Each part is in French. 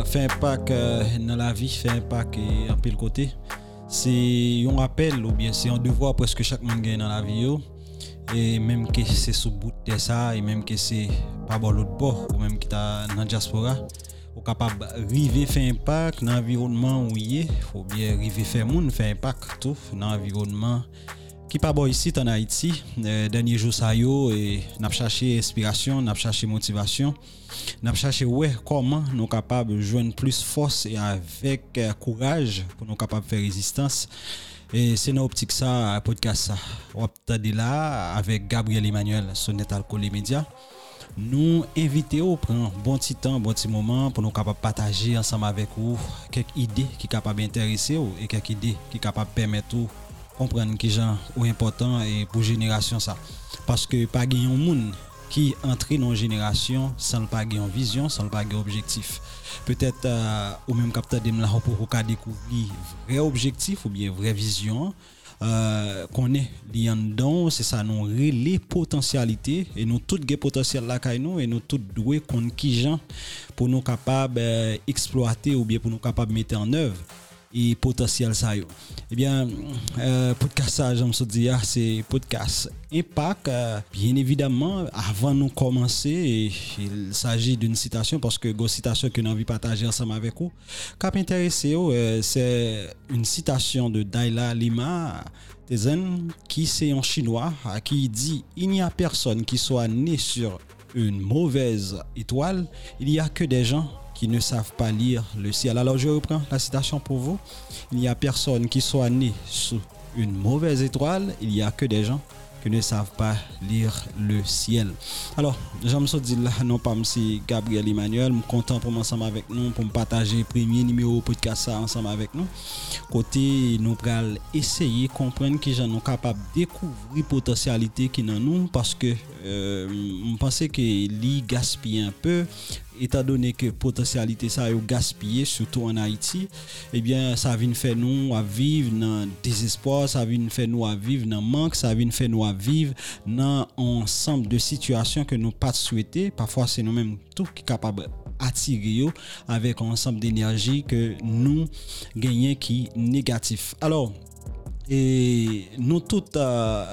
fait impact dans la vie, fait impact en pile côté. C'est un rappel ou bien c'est un devoir presque chaque monde gagne dans la vie yo. Et même que c'est sous bout de ça et même que c'est pas bon l'autre bord ou même qui ta dans diaspora ou capable river faire impact dans l'environnement où il est, faut bien river faire monde faire impact tout dans l'environnement qui pas bon ici en Haïti. Dernier jour ça yo et n'a cherché inspiration, n'a cherché motivation, n'a cherché ouais comment nous capable joindre plus force et avec courage pour nous capable faire résistance. Et c'est dans optique ça podcast ça. On attendez là avec Gabriel Emmanuel sur Net Alcool et Média. Nous inviter au prendre bon petit temps, bon petit moment pour nous capable partager ensemble avec vous quelques idées qui capable intéresser et quelques idées qui capable permettre ou comprendre qui gens ou important et pour génération ça. Parce que pas gagner un monde qui entre dans une génération sans pas gagner une vision, sans pas gagner objectif. Peut-être ou même capteur de là pour découvrir vrai objectif ou bien vraie vision qu'on est lié dedans, c'est ça nous les potentialités et nous toutes des potentiel là kay nous et nous toutes doué qu'on qui gens pour nous capable exploiter ou bien pour nous capable mettre en œuvre et potentiel ça yo. Eh bien podcast ça j'aime se dire c'est podcast impact bien évidemment avant nous commencer il s'agit d'une citation parce que une citation que j'ai envie de partager ensemble avec vous cap intéressé c'est une citation de Dalai Lama Tenzin qui c'est en chinois qui dit il n'y a personne qui soit né sur une mauvaise étoile, il y a que des gens qui ne savent pas lire le ciel. Alors je reprends la citation pour vous. Il n'y a personne qui soit né sous une mauvaise étoile, il y a que des gens qui ne savent pas lire le ciel. Alors, j'aime ça dire là, non pas c'est Gabriel Emmanuel, je suis content pour m'ensemble avec nous, pour me partager le premier numéro podcast ça ensemble avec nous. Côté, nous allons essayer de comprendre que nous sommes capables de découvrir potentialité qui dans nous parce que je pense que li gaspille un peu étant donné que potentialité ça est gaspillé surtout en Haïti, eh bien ça vient faire nous à vivre dans désespoir, ça vient faire nous à vivre dans manque, ça vient faire nous à vivre dans un ensemble de situations que nous pas souhaiter, parfois c'est nous même tout qui capable attirer avec un ensemble d'énergie que nous gagnons qui négatif. Alors et nous toutes dans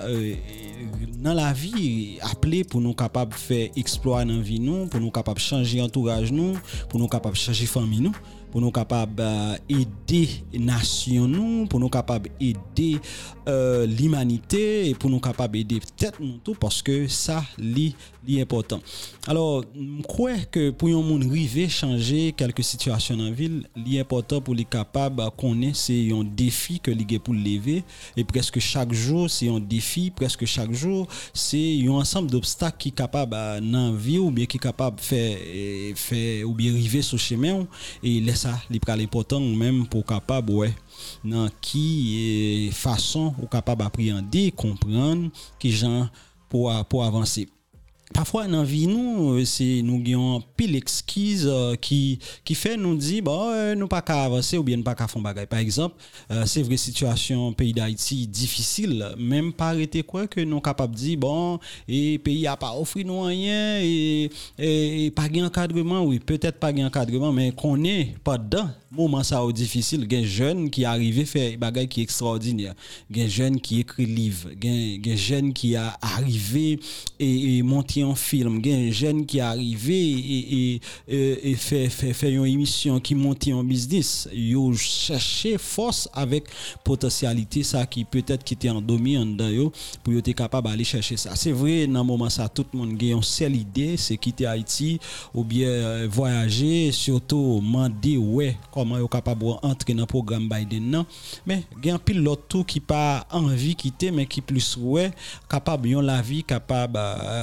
la vie appelés pour nous capables faire exploit dans vie nous, pour nous capables changer entourage nous, pour nous capables changer famille nous, pour nous capables aider nation nous, pour nous capables aider l'humanité et pour nous capables aider peut-être nous tout parce que ça li important. Alors je crois que pour un monde river changer quelques situations dans la ville, li important pour les capables connaître c'est un défi que li pour lever et presque chaque jour c'est un défi, presque chaque jour c'est un ensemble d'obstacles qui capable dans vie ou bien qui capable faire ou bien river sur chemin et laisse ça li pral important même pour capable ouais dans qui façon ou capable appréhender comprendre qui gens pour avancer. Parfois dans vie nous c'est nous gagnons pile exquise qui fait nous dire bon nous pas qu'à avancer ou bien pas qu'à faire bagaille. Par exemple c'est vrai situation pays d'Haïti difficile même pas arrêter quoi que nous capable dire bon et pays a pas offert nous rien et pas gain encadrement oui peut-être pas gain encadrement mais qu'on est pas dedans moment ça difficile gain jeune qui arrivé faire bagaille qui extraordinaire gain jeune qui écrit livre gain jeune qui a arrivé et monter un film gain jeune qui arrivé et fait une émission qui monter un business yo chercher force avec potentialité ça qui peut-être qui était endormi en dedans yo pour yo être capable aller chercher ça c'est vrai dans moment ça tout le monde gagne une seule idée c'est quitter Haïti ou bien voyager surtout demander ouais comment yo capable entrer dans programme Biden non mais gagne pile l'autre tout qui pas envie quitter mais qui plus ouais capable yon la vie capable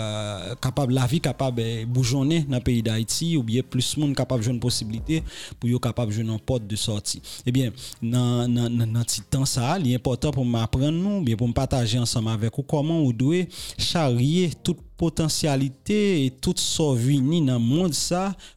bougeonner dans le pays d'Haïti ou bien plus monde capable joindre possibilité pour yo capable joindre une porte de sortie. Eh bien dans petit temps ça, il est important pour m'apprendre nous bien pour me partager ensemble avec vous comment vous doit charrier toute potentialité et toute sauvenie dans monde ça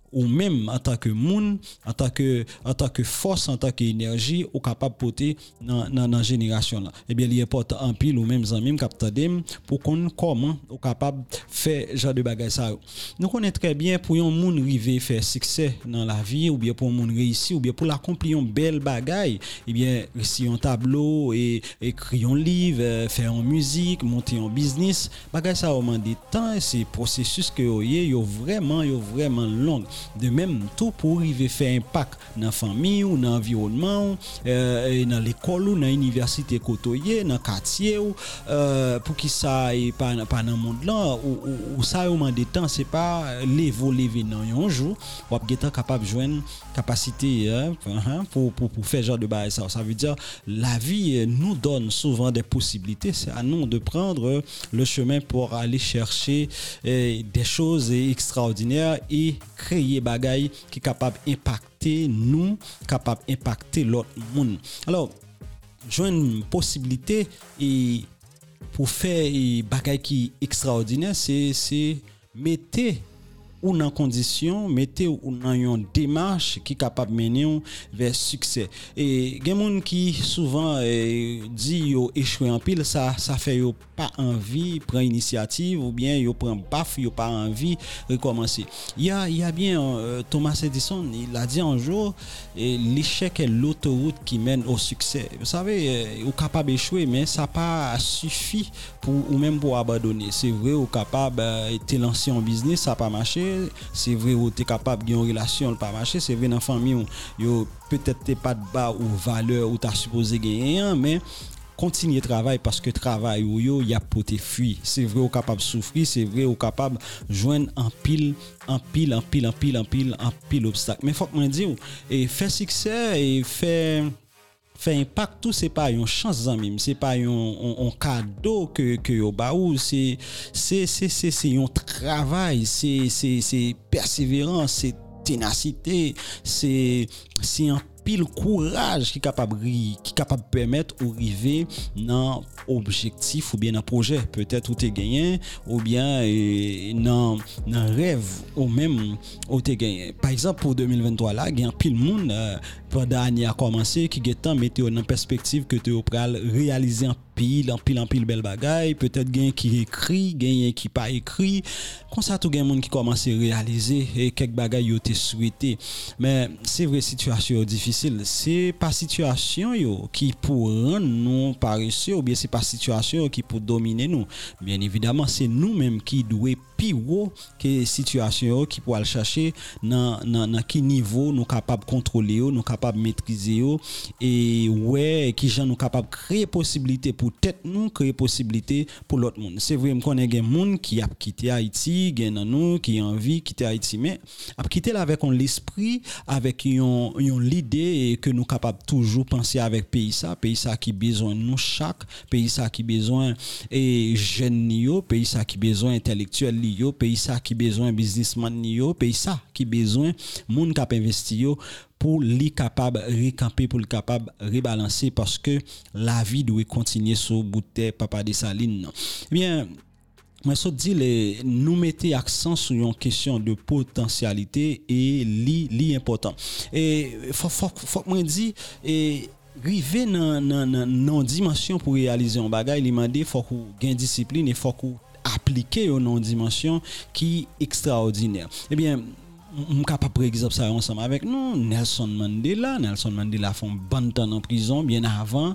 ou même en tant que monde, en tant que force, en tant qu'énergie, ou capable de porter dans génération là. Eh bien, il est important en pile ou même amis captadem pour qu'on comment ou capable faire genre de bagages ça. Nous connaissons très bien pour un monde arriver faire succès dans la vie ou bien pour un monde réussir ou bien pour l'accomplir une belle bagaille, eh bien, réussir un tableau et écrire un livre, faire une musique, monter un business, bagages ça demande du temps, c'est processus que yo vraiment long. De même tout pour arriver faire impact dans la famille ou dans l'environnement, dans l'école ou dans l'université côtoyer, dans quartier ou pour qui ça et pas dans le monde là ou ça demande du temps, c'est pas lever dans un jour, ou être capable de joindre capacité pour faire genre de bail ça. Ça veut dire la vie nous donne souvent des possibilités, c'est à nous de prendre le chemin pour aller chercher des choses extraordinaires et créer bagaille qui est capable d'impacter nous, capable d'impacter l'autre monde. Alors, j'ai une possibilité et pour faire bagaille qui est extraordinaire, c'est mettre ou dans condition, mettez ou dans une démarche qui est capable de mener vers succès. Et il y a des gens qui souvent dit yo échoué en pile, ça fait yo pas envie prendre initiative ou bien yo prend baf, yo pas envie recommencer. Il y a bien Thomas Edison, il a dit un jour l'échec est l'autoroute qui mène au succès. Vous savez, vous capable d'échouer mais ça pas suffit pour ou même pour abandonner. C'est vrai ou capable te lancer en business, ça pas marché. C'est vrai ou tu es capable de une relation pas marcher, c'est vrai dans famille yo peut-être t'es pas de bas ou valeur ou tu as supposé gagner mais continuer travail parce que travail ou yo y a poté fuir. C'est vrai ou capable souffrir, c'est vrai ou capable joindre en pile obstacle. Mais faut que moi dire et faire succès et faire impact tout c'est pas une chance même, c'est pas un cadeau que yo ba ou c'est un travail, c'est persévérance, c'est ténacité, c'est un pile courage qui capable permettre ou arriver dans objectif ou bien dans projet peut-être où tu gagné ou bien dans rêve ou même où tu gagné. Par exemple pour 2023 là, il y a pile monde pendant l'année a commencé qui temps mettre en perspective que tu pral réaliser en pile belle bagaille, peut-être gain qui écrit, gain qui pas écrit, comme ça tout gain monde qui commence à réaliser et quelques bagailles yo te souhaité. Mais c'est vrai situation difficile, c'est pas situation yo qui pour rendre nous paresseux ou bien c'est pas situation qui pour dominer nous. Bien évidemment, c'est nous-mêmes qui doit pire que situation qui pour aller chercher dans quel niveau nous capable contrôler, nous capable maîtriser et ouais qui gens nous capable créer possibilité pour tête nous, créer possibilité pour l'autre monde. C'est vrai, me connais des monde qui a quitté Haïti, gen nous qui a envie quitter Haïti mais a quitté là avec l'esprit, avec l'idée que nous capable toujours penser avec pays ça qui besoin nous chaque pays ça qui besoin et jeunes yo, pays ça qui besoin intellectuel yo, pays ça qui besoin businessman yo, pays ça qui besoin monde qui investi yo pour li capable recamper, pour le capable rebalancer parce que la vie doit continuer sur bout de terre papa de saline. Bien moi ça dit nous mettez accent sur une question de potentialité et li important et faut moi dit et river dans dimension pour réaliser un bagage il demande faut qu'on gain discipline et faut qu'on appliquer une dimension qui extraordinaire. Eh bien on capable par exemple ça ensemble avec nous Nelson Mandela font bon temps en prison bien avant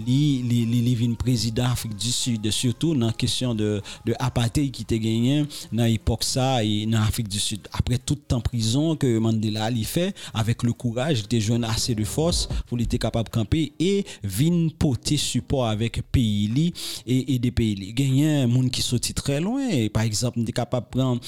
li vinn président Afrique du Sud surtout dans question de apartheid qui était gagné dans époque ça et dans Afrique du Sud après tout temps prison que Mandela li fait avec le courage il était joint assez de force pour il était capable camper et vinn porter support avec pays li et des pays li gagné monde qui sorti très loin par exemple il était capable prendre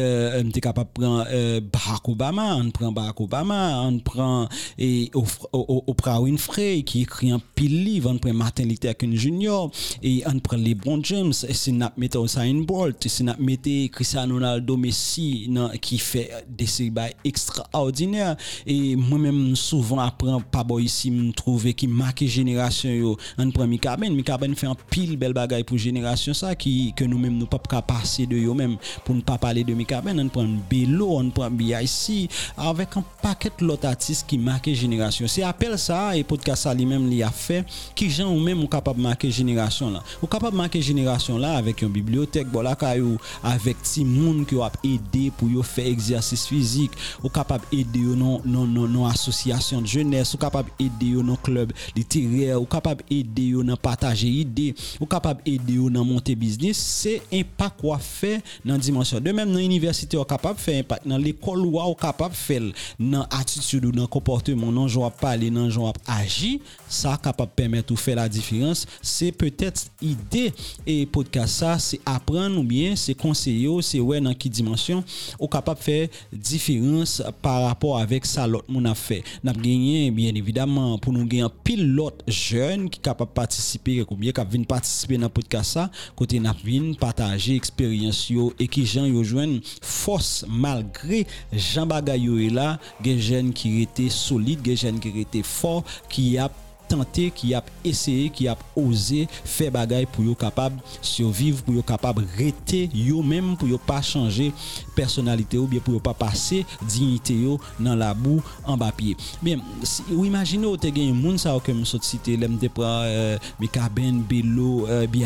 Barack Obama, on prend Oprah Winfrey qui écrit un pile livre, on prend Martin Luther King Jr. et on prend LeBron James, et c'est n'a mettre Usain Bolt, c'est n'a mettre Cristiano Ronaldo Messi qui fait des séries extraordinaires et moi-même souvent apprend pas boy ici me trouver qui marque génération yo, on prend Mika Ben fait un pile belle bagaille pour génération ça que nous même nous pas passer de yo même pour ne pas parler de Mika Ben, on prend Bello, on prend BIC, avec un paquet l'autre artistes qui marquent génération. C'est appel ça et podcast ça lui-même li a fait qui gens ou même capable marquer génération là. Ou capable marquer génération là avec une bibliothèque bon là avec ti moun qui a aider pour yo faire exercice physique, ou capable aider yo non association de jeunesse, ou capable aider yo non club littéraire, ou capable aider yo dans partager idée, ou capable aider yo dans monter business. C'est impact quoi fait dans dimension. De même dans université ou capable faire impact dans l'école ou capable faire dans attitude ou dans comportement, non joie parler, non joie agir, ça capable permettre ou faire la différence. C'est peut-être idée et podcast ça, c'est apprendre ou bien c'est conseiller, c'est ouais dans qui dimension ou capable faire différence par rapport avec ça l'autre monde a fait. N'a gagné bien évidemment pour nous gagner pilote jeune qui capable participer ou bien qui vient participer dans podcast ça côté n'a vinn partager expérience yo et qui gens yo joindre force malgré Jean bagay yo là, gen jeune qui était solide, gen jeune qui était fort, qui a tenté, qui a essayé, qui a osé faire bagay pour yo capable survivre, pour yo capable rester yo même, pour yo pas changer personnalité ou bien pour yo pas passer dignité yo dans la boue en bas pied. Bien, ou imaginez ou te gen moun ça que me sorti cité l'aime te prend Mikaben, Bello,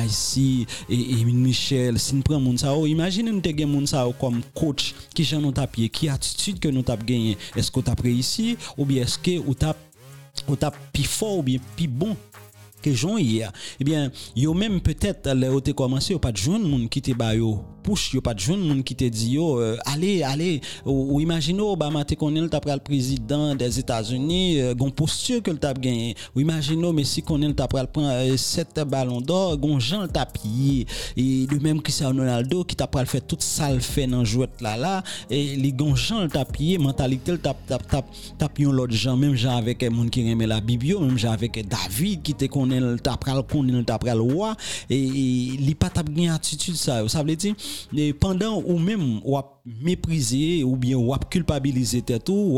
BIC et Michel, si nous prend moun ça ou imaginez nous te gen moun ça comme coach qui jan nous tapier, qui attitude que nous t'a gagné. Est-ce que tu as réussi ou bien est-ce que ou t'as plus fort ou bien plus bon que Jean hier. Eh bien, yo même peut-être là où t'es commencé, yo pas de jeune monde qui te ba yo push, yo pas de jeune monde qui te dit yo allez ou imagine Obama te connaît t'a pral président des États-Unis, gon posture que t'a gagné. Ou imagine mais si connaît t'a pral prendre 7 ballons d'or, gon Jean t'a pillé et de même Cristiano Ronaldo qui t'a pral fait toute ça le fait dans jouette là et les gon Jean t'a pillé mentalité t'a pillé l'autre Jean même Jean avec monde qui aimait la Bible, même Jean avec David qui te connaît t'a pral roi et li pas t'a gagné attitude ça veut dire et pendant ou même ou mépriser ou bien ou culpabiliser tête ou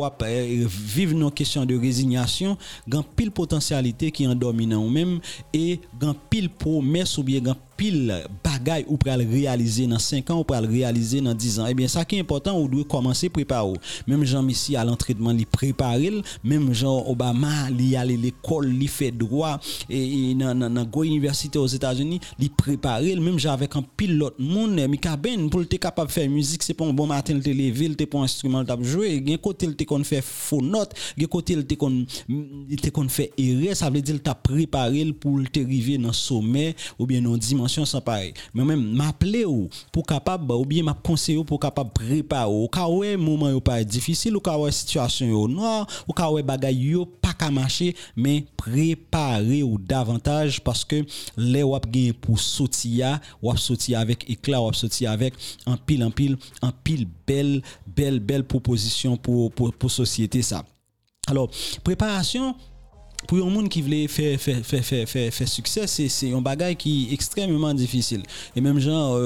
vivre nos questions de résignation, gan pile potentialité qui en dominant ou même et gan pile promesse ou bien gan pile bagay ou pral réaliser dans 5 ans ou pral réaliser dans 10 ans. Et bien ça qui est important ou doit commencer préparer. Même Jean Messi à l'entraînement li préparer, même Jean Obama li aller l'école, li fait droit et dans go université aux États-Unis, li préparer même Jean avec un pilote monde Mikaben pour être capable faire musique, c'est pas un bon matin te lever, te pour instrument t'a jouer, gen côté te kon faire faux note, gen côté te kon faire erreur, ça veut dire t'a préparé pour te arriver dans sommet ou bien dans dimension sans pareil. Mais même m'appeler ou pour capable ou bien m'a conseiller pour capable préparer au cas où moment yo pas difficile ou cas où situation yo noir ou cas où bagay yo pas ka marcher mais préparer ou davantage parce que les wap gen pour sortir avec éclat, wap sortir avec en pile belle proposition pour société ça. Alors préparation pour un monde qui veut faire succès, c'est un bagage qui est extrêmement difficile. Et même genre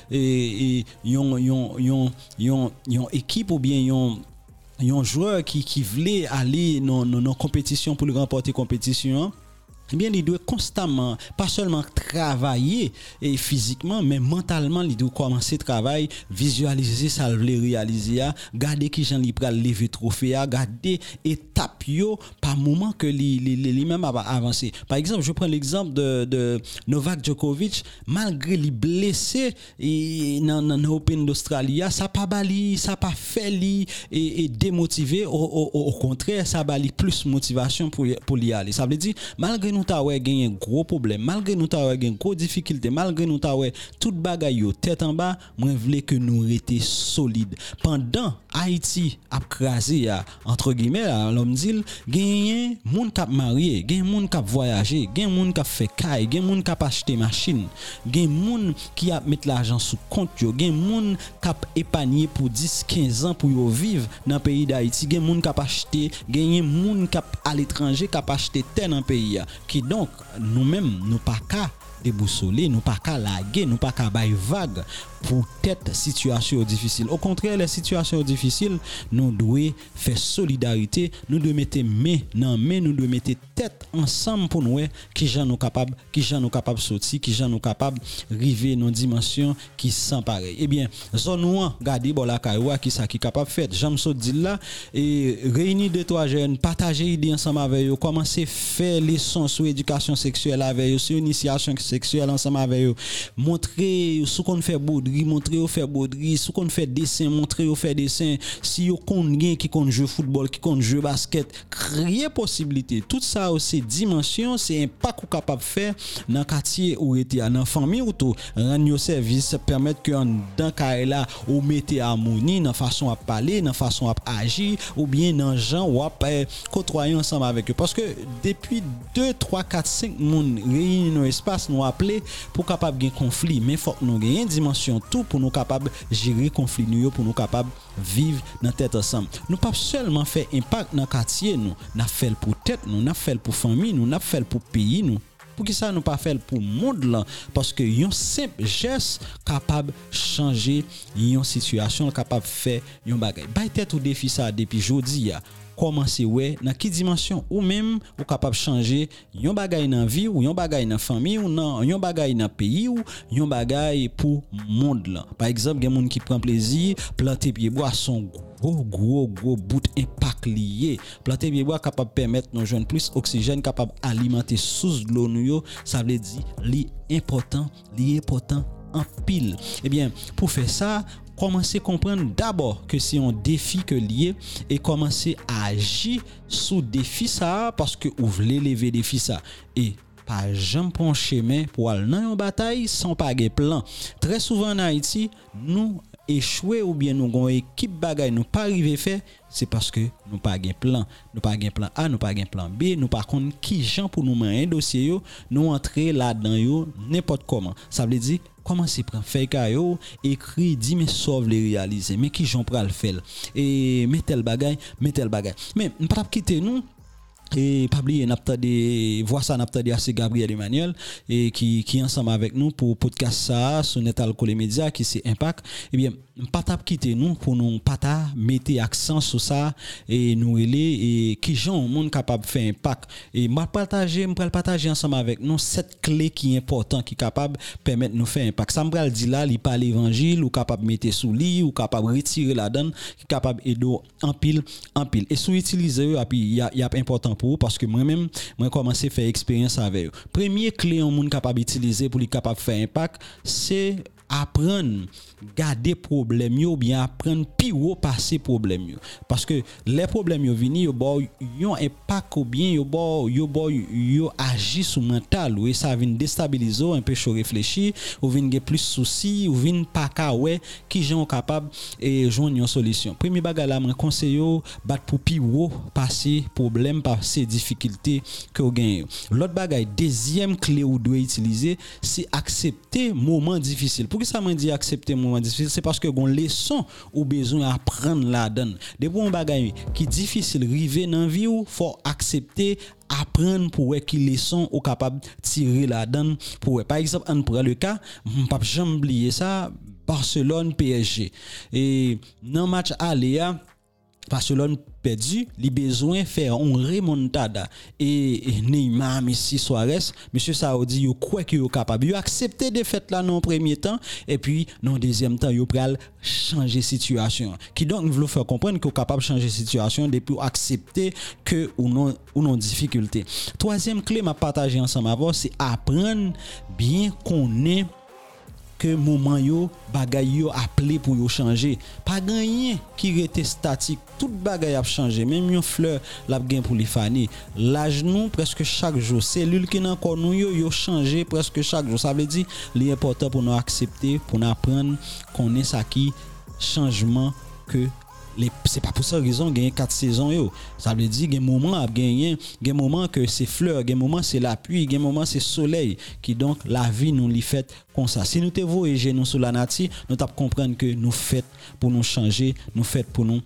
yon équipe ou bien yon joueur qui voulait aller dans compétition pour remporter compétition. Eh bien, il doit constamment, pas seulement travailler et physiquement, mais mentalement, il doit commencer à travailler, visualiser ça, le réaliser, garder qui j'en li pral lever trophée, garder étape yo par moment que les même avancer. Par exemple, je prends l'exemple de Novak Djokovic, malgré les blessés et dans Open d'Australie, ça pas bali, ça pas fait li et démotivé, au contraire, ça bali plus motivation pour y aller. Ça veut dire malgré nous ta ouais gagné gros problème, malgré nous ta ouais gagné gros difficulté, malgré nous ta ouais toute bagaille yo tête en bas, moi voulais que nous restions solides. Pendant Haïti a crasé entre guillemets l'homme dit gagné monde qui marié, gagné monde qui voyager, gagné monde qui fait caille, gagné monde qui acheter machine, gagné monde qui a mettre l'argent sous compte yo, gagné monde qui épargner pour 10-15 ans pour yo vivre dans le pays d'Haïti, gagné monde qui acheter, gagné monde qui à l'étranger qui acheter terre dans le pays qui donc nous-mêmes nous pas qu'à déboussoler, nous pas qu'à laguer, nous pas qu'à bailler vague pour tête situation difficile. Au contraire, les situations difficiles, nous devons faire solidarité, nous devons mettre main dans main, nous devons mettre tête ensemble pour nous qui gens nous capable sortir, qui gens nous capable arriver dans une dimension qui sans pareil. Eh bien, zone ou regardez bon la caillou qui ça qui capable faire. J'aime ça dire là et réunir deux trois jeunes, partager idées ensemble avec eux, commencer faire leçons sur éducation sexuelle avec eux, sur initiation sexuelle ensemble avec eux, montrer ce qu'on fait bouderie, montrer au faire bouderie, ce qu'on fait dessin, montrer au faire dessin, si yo connaît qui connaît jouer football, qui connaît jouer basket, créer possibilité. Tout ça aussi dimension, c'est impact qu'on capable faire dans quartier où était dans famille ou tout rendre service permettre que dans cas là ou mettez harmonie dans façon à parler, dans façon à agir ou bien dans gens ou à côtoyer ensemble avec eux parce que depuis 2 3 4 5 monde réunis dans espace nous appeler pour capable gain conflit mais faut que nous gagne dimension tout pour nous capable gérer conflit nous pour nous capable vivre dans tête ensemble. Nous pas seulement faire impact dans quartier nous, n'a fait pour tête nous, n'a fait pour famille nous, n'a fait pour pays nous. Pour qui ça nous pas faire pour monde là parce que un simple geste capable changer une situation capable faire un bagage. Bay tête ou défi ça depuis jodi a commencer ouais dans quelle dimension ou même ou capable changer un bagage dans vie ou un bagage dans famille ou non un bagage dans pays ou un bagage pour monde là. Par exemple, il y a monde qui prend plaisir planter pied bois son gros bout impact lié. Planter pied bois capable permettre nos jeunes plus oxygène capable alimenter sous l'eau nous ça veut dire li important en pile. Eh bien, pour faire ça, commencer à comprendre d'abord que c'est un défi que lié et commencer à agir sous défi ça parce que vous voulez lever défi ça et pas jamais prendre chemin pour aller dans une bataille sans pas de plan. Très souvent en Haïti, nous échouer ou bien nous avons une équipe bagaille nous pas arriver faire c'est parce que nous pas gain plan A, nous pas gain plan B, nous par contre qui gens pour nous mener un dossier yo, nous entrer là-dedans yo n'importe comment. Ça veut dire commencer prendre feuille caillou, écrit dit mais sauve les réaliser, mais qui gens pral faire et mettez le bagaille. Mais pas quitter nous et pas oublier n'attendez voir ça n'attendez assez Gabriel Emmanuel et qui ensemble avec nous pour podcast ça sur Net Alcool et Média qui c'est impact. Eh bien pas tap quitter nous pour nous pas mettre accent sur ça et nous relais et qui gens monde capable faire impact et m'a partager ensemble avec nous 7 clés qui important qui capable permettre nous faire impact. Ça me dit là il parle évangile ou capable mettre sous lit ou capable retirer la donne qui capable aider en pile et sous utiliser puis il y a important pour parce que moi-même moi commencé faire expérience avec eux. Premier clé on monde capable utiliser pour lui capable faire impact c'est apprendre garder problème yo bien apprendre pire passer problème yo parce que les problèmes yo vini yo yon impact ou bien yo agit sur mental et ça vient déstabiliser un peu chaud réfléchir ou vinn gen plus souci ou vinn pas ka ouais qui gens capable et joindre une solution. Premier bagage là moi conseille yo battre pour pire passer problème passer difficulté que vous gagne. L'autre bagage deuxième clé ou doit utiliser c'est accepter moment difficile. Pour que ça m'a dit accepter moment difficile c'est parce que gon leçon ou besoin apprendre la donne. Des bons bagages qui difficile river dans vie ou faut accepter apprendre pour qui leçon ou capable tirer la donne pour par exemple on prend le cas pas jamais oublier ça Barcelone PSG et dans match aller Barcelone perdu, il besoin faire un remontada et Neymar, Messi, Suarez, monsieur Saoudi yo quoi que yo capable, yo accepter défaite là dans premier temps et puis dans deuxième temps yo pral changer situation. Qui donc veut faire comprendre que capable changer situation depuis accepter que ou non difficulté. Troisième clé m'a partager ensemble avant c'est apprendre bien connaître que moment yo bagay yo appelé pour yo changer pas gagner qui rete statique tout bagay a changé même une fleur la gain pour les faner l'âge nous presque chaque jour cellule qui dans corps nous yo changer presque chaque jour ça veut dire l'important pour nous accepter pour nous apprendre connaître ça qui changement que c'est pas pour ça raison gagner 4 saisons yo ça veut dire gen moment a gagner gen moment que c'est fleur gen moment c'est la pluie gen moment c'est soleil qui donc la vie nous li fait comme ça si nous te voyager nous sur la nature nous t'a comprendre que nous fait pour nous changer nous fait pour nous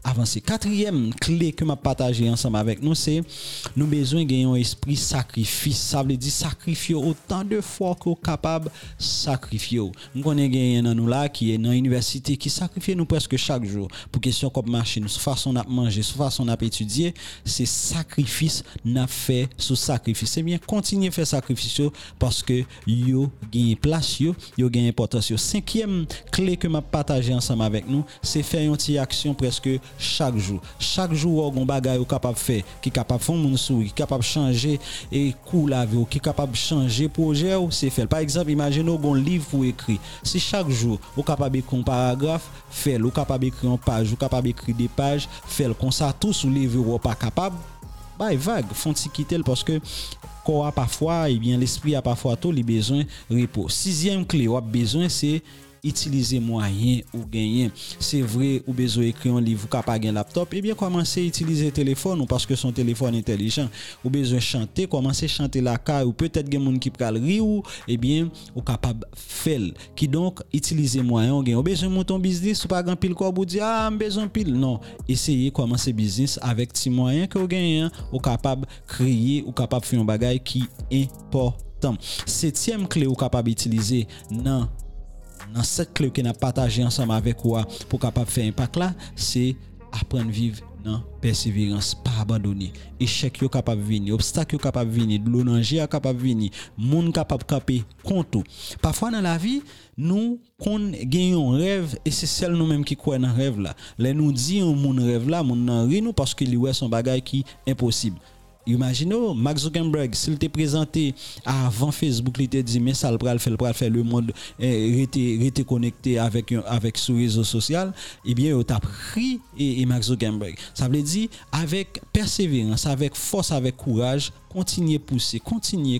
avancer. Quatrième clé que m'a partagé ensemble avec nous, c'est nous besoin de gagner un esprit sacrifice. Ça veut dire sacrifier autant de fois qu'on capable sacrifier. Nous connaissons gagner dans nous là qui est dans l'université qui sacrifie nous presque chaque jour pour question comme marcher, nous façon n'a manger, façon n'a étudier, c'est sacrifice n'a fait sous sacrifice. C'est bien continuer faire sacrifice parce que yo gagne place yo gagne importance. Cinquième clé que m'a partagé ensemble avec nous, c'est faire une petite action presque chaque jour. Chaque jour on bagay capable faire, qui capable faire mon sourire, qui capable changer et coup la vie, qui capable changer projet ou c'est faire. Par exemple, imaginez un livre pour écrire. Si chaque jour vous capable écrire un paragraphe, faire, vous capable écrire une page, vous capable écrire des pages, faire comme ça tout sous livre ou pas capable, bah vague, font quitter parce que corps a parfois et bien l'esprit a parfois tout les besoins repos. Sixième clé ou besoin c'est utiliser moyen ou gagner. C'est vrai ou besoin écrire un livre ou capable un laptop et bien commencer à utiliser téléphone ou parce que son téléphone intelligent ou besoin chanter, commencer à chanter la caille ou peut-être des monde qui pral rire ou et bien ou capable faire qui donc utiliser moyen ou gagner. Ou besoin monter un business ou pas grand pile quoi pour dire ah besoin pile non, essayer commencer business avec petit moyen que ou gagne ou capable créer ou capable faire un bagage qui est important. Septième clé ou capable utiliser dans cette clé que nous partagé ensemble avec vous pour capable faire impact là, c'est apprendre à vivre dans persévérance, pas abandonner. Échec yo capable venir, obstacle yo capable venir, danger yo capable venir, monde capable camper contre. Parfois dans la vie, nous qu'on gagne un rêve et c'est celle nous même qui croit dans rêve là. Là nous dit mon rêve là, mon nan ri nous parce que lui ouais son bagage qui impossible. Imaginez Mark Zuckerberg s'il t'est présenté avant Facebook, il t'a dit mais ça le pral faire le monde rester connecté avec sur réseau social, et bien il t'a pris et Mark Zuckerberg. Ça veut dire avec persévérance, avec force, avec courage, continuer pousser, continuer,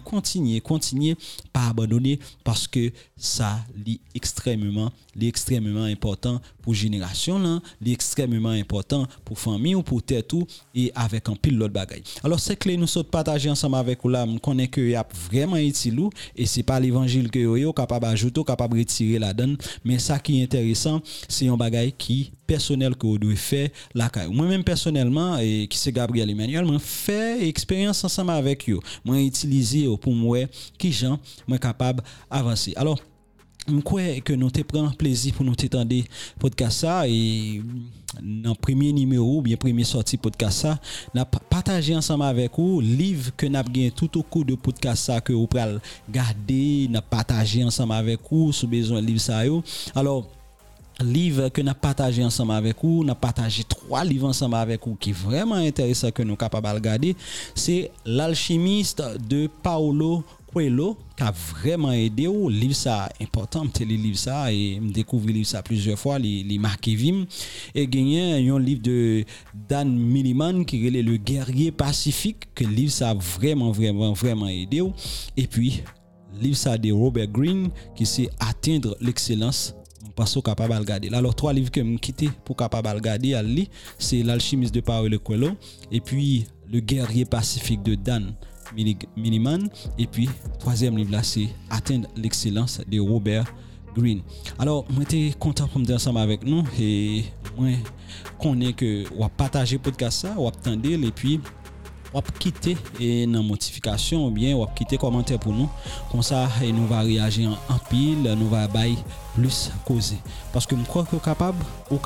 pas abandonner parce que ça est extrêmement important pour génération là, extrêmement important pour famille ou pour tête tout et avec un pile l'autre bagaille. Alors c'est clé nous saute partager ensemble avec vous là, on connaît que y a vraiment utile et c'est pas l'évangile que yo capable ajouter, capable retirer la donne, mais ça qui est intéressant, c'est un bagaille qui personnel que vous devez faire la caille. Moi-même personnellement et qui c'est Gabriel Emmanuel, moi fait expérience ensemble avec vous. Moi utiliser pour moi qui gens moi capable avancer. Alors je crois que nous te prend plaisir pour nous t'étendre podcast ça et dans premier numéro bien premier sortie podcast ça n'a partagé ensemble avec vous livre que n'a gagné tout au cours de podcast ça que vous pral garder n'a partagé ensemble avec vous sous besoin livre ça yo. Alors livre que n'a partagé ensemble avec vous, n'a partagé 3 livres ensemble avec vous qui vraiment intéressant que nous capable regarder, c'est L'Alchimiste de Paulo Coelho qui a vraiment aidé ou livre ça important me livre ça et me découvrir livre ça plusieurs fois les marqué vim et gagner un livre de Dan Milliman qui est le guerrier pacifique que livre ça vraiment aidé et puis livre ça de Robert Greene qui c'est atteindre l'excellence parce que capable de regarder. Alors 3 livres que me quitter pour capable de regarder à lire, c'est L'Alchimiste de Paulo Coelho et puis Le guerrier pacifique de Dan Milliman et puis 3e livre là c'est Atteindre l'excellence de Robert Greene. Alors moi j'étais content pour me dire ensemble avec nous et moi connais que on va partager podcast ça, on va attendre et puis on va quitter et dans notification ou bien on va quitter commentaire pour nous comme ça et nous va réagir en pile, nous va bailler plus causer parce que je crois que capable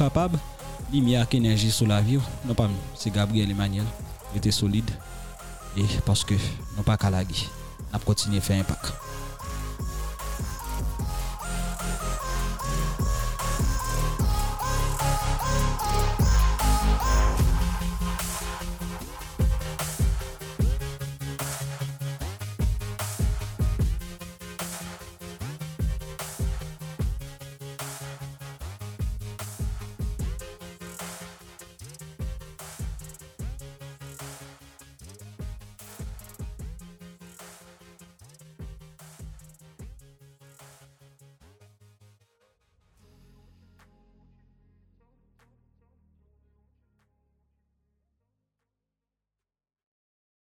lumière énergie sur la vie non pas c'est Gabriel Emmanuel était solide et parce que non pas calagui on continue faire impact.